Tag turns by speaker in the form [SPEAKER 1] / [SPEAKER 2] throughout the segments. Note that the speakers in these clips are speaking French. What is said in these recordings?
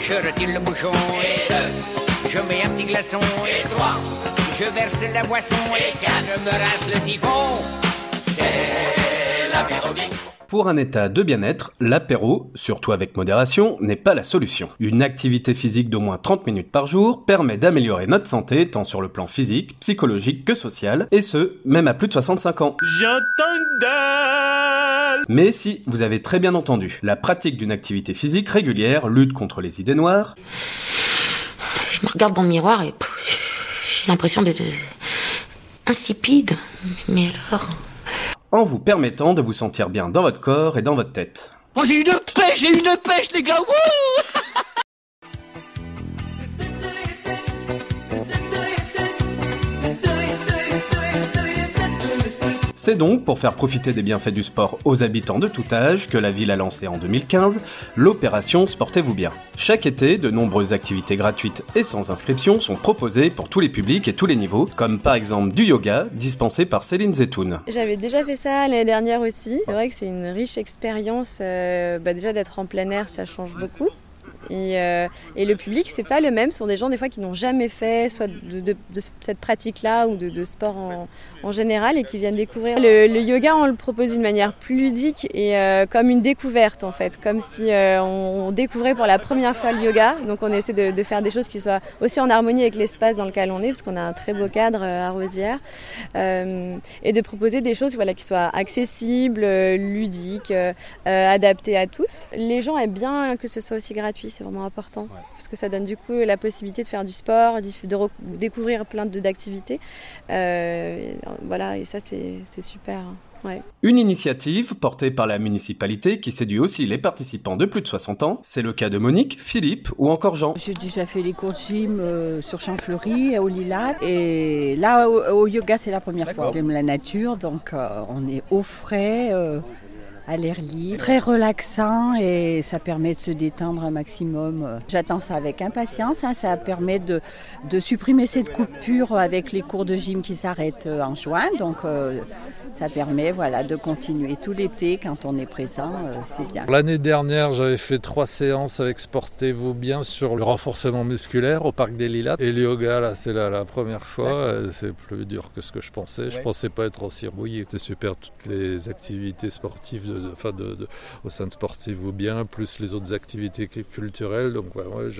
[SPEAKER 1] Je retire le bouchon et 2. Je mets un petit glaçon et 3. Je verse la boisson et 4. Je me rince le siphon. C'est l'apéro bingo.
[SPEAKER 2] Pour un état de bien-être, l'apéro, surtout avec modération, n'est pas la solution. Une activité physique d'au moins 30 minutes par jour permet d'améliorer notre santé tant sur le plan physique, psychologique que social, et ce, même à plus de 65 ans.
[SPEAKER 3] J'entends.
[SPEAKER 2] Mais si vous avez très bien entendu, la pratique d'une activité physique régulière lutte contre les idées noires.
[SPEAKER 4] Je me regarde dans le miroir et j'ai l'impression d'être insipide. Mais alors...
[SPEAKER 2] en vous permettant de vous sentir bien dans votre corps et dans votre tête.
[SPEAKER 3] Oh, j'ai une pêche les gars. Wouh.
[SPEAKER 2] C'est donc pour faire profiter des bienfaits du sport aux habitants de tout âge que la ville a lancé en 2015 l'opération Sportez-vous bien. Chaque été, de nombreuses activités gratuites et sans inscription sont proposées pour tous les publics et tous les niveaux, comme par exemple du yoga dispensé par Céline Zetoun.
[SPEAKER 5] J'avais déjà fait ça l'année dernière aussi. C'est vrai que c'est une riche expérience. Déjà d'être en plein air, ça change beaucoup. Et le public, c'est pas le même. Ce sont des gens des fois qui n'ont jamais fait soit de cette pratique-là ou de sport en général et qui viennent découvrir. Le yoga, on le propose d'une manière plus ludique et comme une découverte en fait, comme si on découvrait pour la première fois le yoga. Donc on essaie de faire des choses qui soient aussi en harmonie avec l'espace dans lequel on est, parce qu'on a un très beau cadre à Rosières, et de proposer des choses qui soient accessibles, ludiques, adaptées à tous. Les gens aiment bien que ce soit aussi gratuit. C'est vraiment important parce que ça donne du coup la possibilité de faire du sport, de découvrir plein d'activités. Et ça c'est super. Ouais.
[SPEAKER 2] Une initiative portée par la municipalité qui séduit aussi les participants de plus de 60 ans. C'est le cas de Monique, Philippe ou encore Jean.
[SPEAKER 6] J'ai déjà fait les cours de gym sur Champfleury, au Lilas. Et là, au yoga, c'est la première fois. J'aime la nature, donc on est au frais. À l'air libre, très relaxant et ça permet de se détendre un maximum. J'attends ça avec impatience, ça permet de supprimer cette coupure avec les cours de gym qui s'arrêtent en juin, donc ça permet de continuer tout l'été quand on est présent, c'est bien.
[SPEAKER 7] L'année dernière, j'avais fait 3 séances avec Sportez-vous bien sur le renforcement musculaire au Parc des Lilas. Et le yoga, là, c'est la première fois. C'est plus dur que ce que je pensais. Je pensais pas être aussi rouillé. C'est super, toutes les activités sportives au sein de Sportez-vous bien, plus les autres activités culturelles. Donc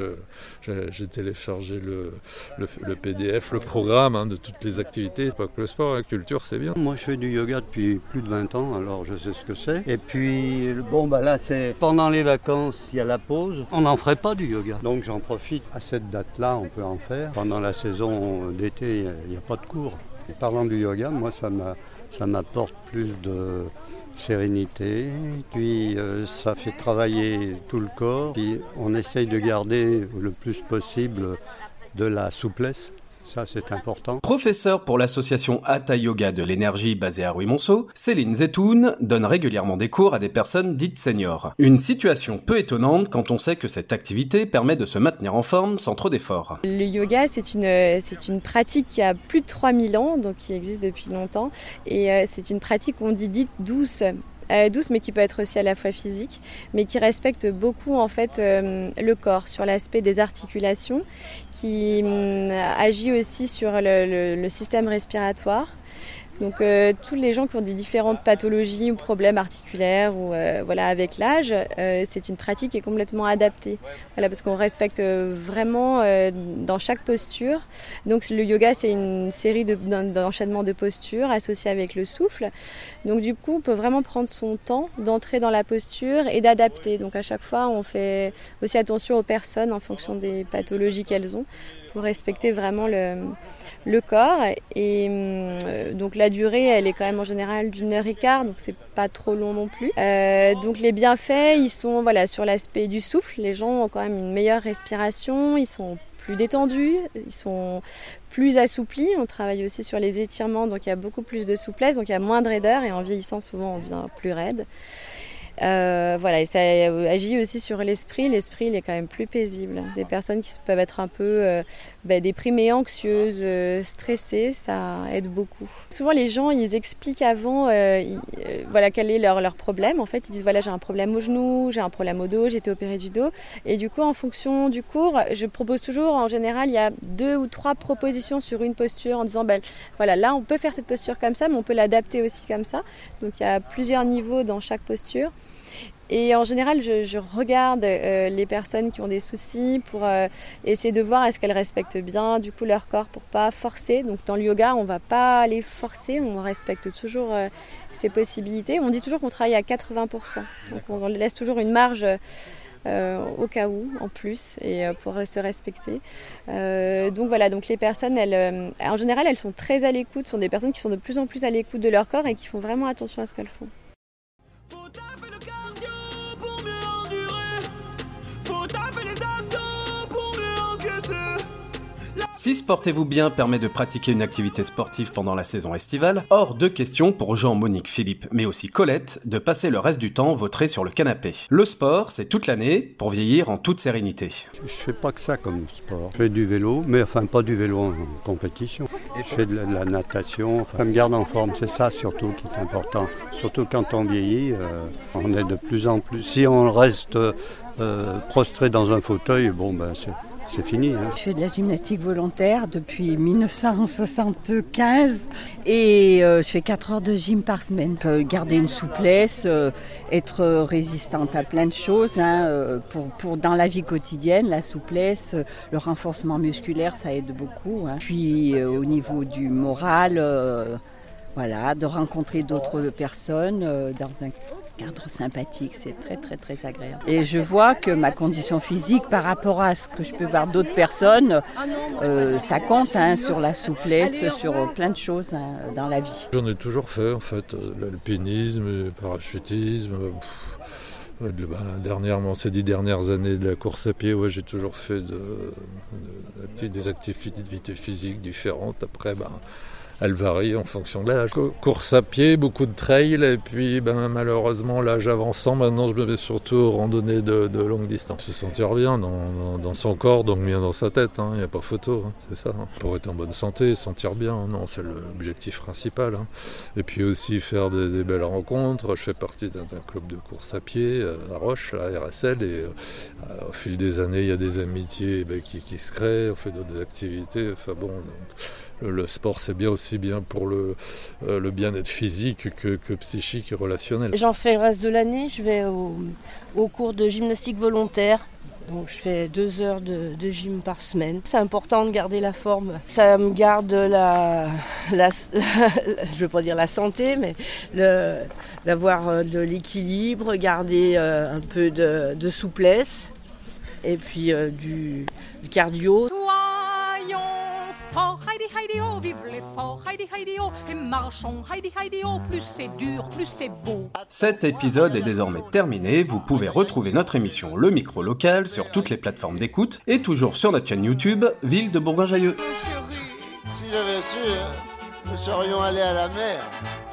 [SPEAKER 7] j'ai téléchargé le PDF, le programme de toutes les activités. Pas que le sport, la culture, c'est bien.
[SPEAKER 8] Moi, je fais du yoga depuis plus de 20 ans, alors je sais ce que c'est. Et puis, là, c'est pendant les vacances, il y a la pause. On n'en ferait pas du yoga. Donc, j'en profite. À cette date-là, on peut en faire. Pendant la saison d'été, il n'y a pas de cours. Et parlant du yoga, moi, ça m'apporte plus de sérénité. Puis, ça fait travailler tout le corps. Puis, on essaye de garder le plus possible de la souplesse. Ça, c'est important.
[SPEAKER 2] Professeure pour l'association Hatha Yoga de l'énergie basée à Ruy-Monceau, Céline Zetoun donne régulièrement des cours à des personnes dites seniors. Une situation peu étonnante quand on sait que cette activité permet de se maintenir en forme sans trop d'efforts.
[SPEAKER 5] Le yoga, c'est une pratique qui a plus de 3000 ans, donc qui existe depuis longtemps. Et c'est une pratique qu'on dit dite douce. Douce mais qui peut être aussi à la fois physique, mais qui respecte beaucoup en fait le corps sur l'aspect des articulations, qui agit aussi sur le système respiratoire. Donc tous les gens qui ont des différentes pathologies ou problèmes articulaires ou avec l'âge, c'est une pratique qui est complètement adaptée. Parce qu'on respecte vraiment dans chaque posture. Donc le yoga, c'est une série d'enchaînements de postures associés avec le souffle. Donc du coup, on peut vraiment prendre son temps d'entrer dans la posture et d'adapter. Donc à chaque fois, on fait aussi attention aux personnes en fonction des pathologies qu'elles ont pour respecter vraiment le corps. Et donc la durée, elle est quand même en général d'1h15, donc c'est pas trop long non plus. Donc les bienfaits, ils sont sur l'aspect du souffle. Les gens ont quand même une meilleure respiration, ils sont plus détendus, ils sont plus assouplis. On travaille aussi sur les étirements, donc il y a beaucoup plus de souplesse, donc il y a moins de raideur et en vieillissant souvent on devient plus raide. Voilà, et ça agit aussi sur l'esprit. L'esprit, il est quand même plus paisible. Des personnes qui peuvent être un peu déprimées, anxieuses, stressées, ça aide beaucoup. Souvent, les gens, ils expliquent avant quel est leur problème. En fait, ils disent voilà, j'ai un problème au genou, j'ai un problème au dos, j'ai été opérée du dos. Et du coup, en fonction du cours, je propose toujours, en général, il y a 2 ou 3 propositions sur une posture en disant voilà, là, on peut faire cette posture comme ça, mais on peut l'adapter aussi comme ça. Donc, il y a plusieurs niveaux dans chaque posture. Et en général, je regarde les personnes qui ont des soucis pour essayer de voir est-ce qu'elles respectent bien du coup leur corps pour pas forcer. Donc dans le yoga, on va pas les forcer, on respecte toujours ses possibilités. On dit toujours qu'on travaille à 80%. Donc on laisse toujours une marge au cas où en plus et pour se respecter. Donc voilà, donc les personnes, en général, elles sont très à l'écoute. Ce sont des personnes qui sont de plus en plus à l'écoute de leur corps et qui font vraiment attention à ce qu'elles font.
[SPEAKER 2] Si Sportez-vous bien permet de pratiquer une activité sportive pendant la saison estivale, hors de question pour Jean, Monique, Philippe, mais aussi Colette, de passer le reste du temps vautré sur le canapé. Le sport, c'est toute l'année, pour vieillir en toute sérénité.
[SPEAKER 8] Je fais pas que ça comme sport. Je fais du vélo, mais enfin pas du vélo en compétition. Je fais de la natation, ça me garde en forme, c'est ça surtout qui est important. Surtout quand on vieillit, on est de plus en plus... Si on reste prostré dans un fauteuil, c'est fini.
[SPEAKER 6] Je fais de la gymnastique volontaire depuis 1975 et je fais 4 heures de gym par semaine. Garder une souplesse, être résistante à plein de choses. Pour dans la vie quotidienne, la souplesse, le renforcement musculaire, ça aide beaucoup. Puis au niveau du moral, de rencontrer d'autres personnes dans un cadre sympathique, c'est très très très agréable. Et je vois que ma condition physique par rapport à ce que je peux voir d'autres personnes, ça compte sur la souplesse, sur plein de choses dans la vie.
[SPEAKER 7] J'en ai toujours fait en fait, l'alpinisme, le parachutisme. Dernièrement, ces 10 dernières années de la course à pied, j'ai toujours fait des activités physiques différentes. Après, elle varie en fonction de l'âge. Course à pied, beaucoup de trail, et puis malheureusement, l'âge avançant, maintenant je me mets surtout aux randonnées de longue distance. Se sentir bien dans son corps, donc bien dans sa tête, il n'y a pas photo, c'est ça. Pour être en bonne santé, se sentir bien, c'est l'objectif principal. Et puis aussi faire des belles rencontres. Je fais partie d'un club de course à pied à Roche, à RSL, et au fil des années, il y a des amitiés qui se créent, on fait d'autres activités, le sport, c'est bien aussi bien pour le bien-être physique que psychique et relationnel.
[SPEAKER 9] J'en fais le reste de l'année, je vais au cours de gymnastique volontaire. Donc je fais 2 heures de gym par semaine. C'est important de garder la forme. Ça me garde je ne veux pas dire la santé, mais d'avoir de l'équilibre, garder un peu de souplesse et puis du cardio.
[SPEAKER 10] Fort, Heidi, Heidi, oh, vive l'effort, Heidi, Heidi, oh, et marchons, Heidi, Heidi, oh, plus c'est dur, plus c'est beau.
[SPEAKER 2] Cet épisode est désormais terminé, vous pouvez retrouver notre émission Le Micro Local sur toutes les plateformes d'écoute et toujours sur notre chaîne YouTube, Ville de Bourgoin-Jallieu.
[SPEAKER 11] Si j'avais su, nous serions allés à la mer.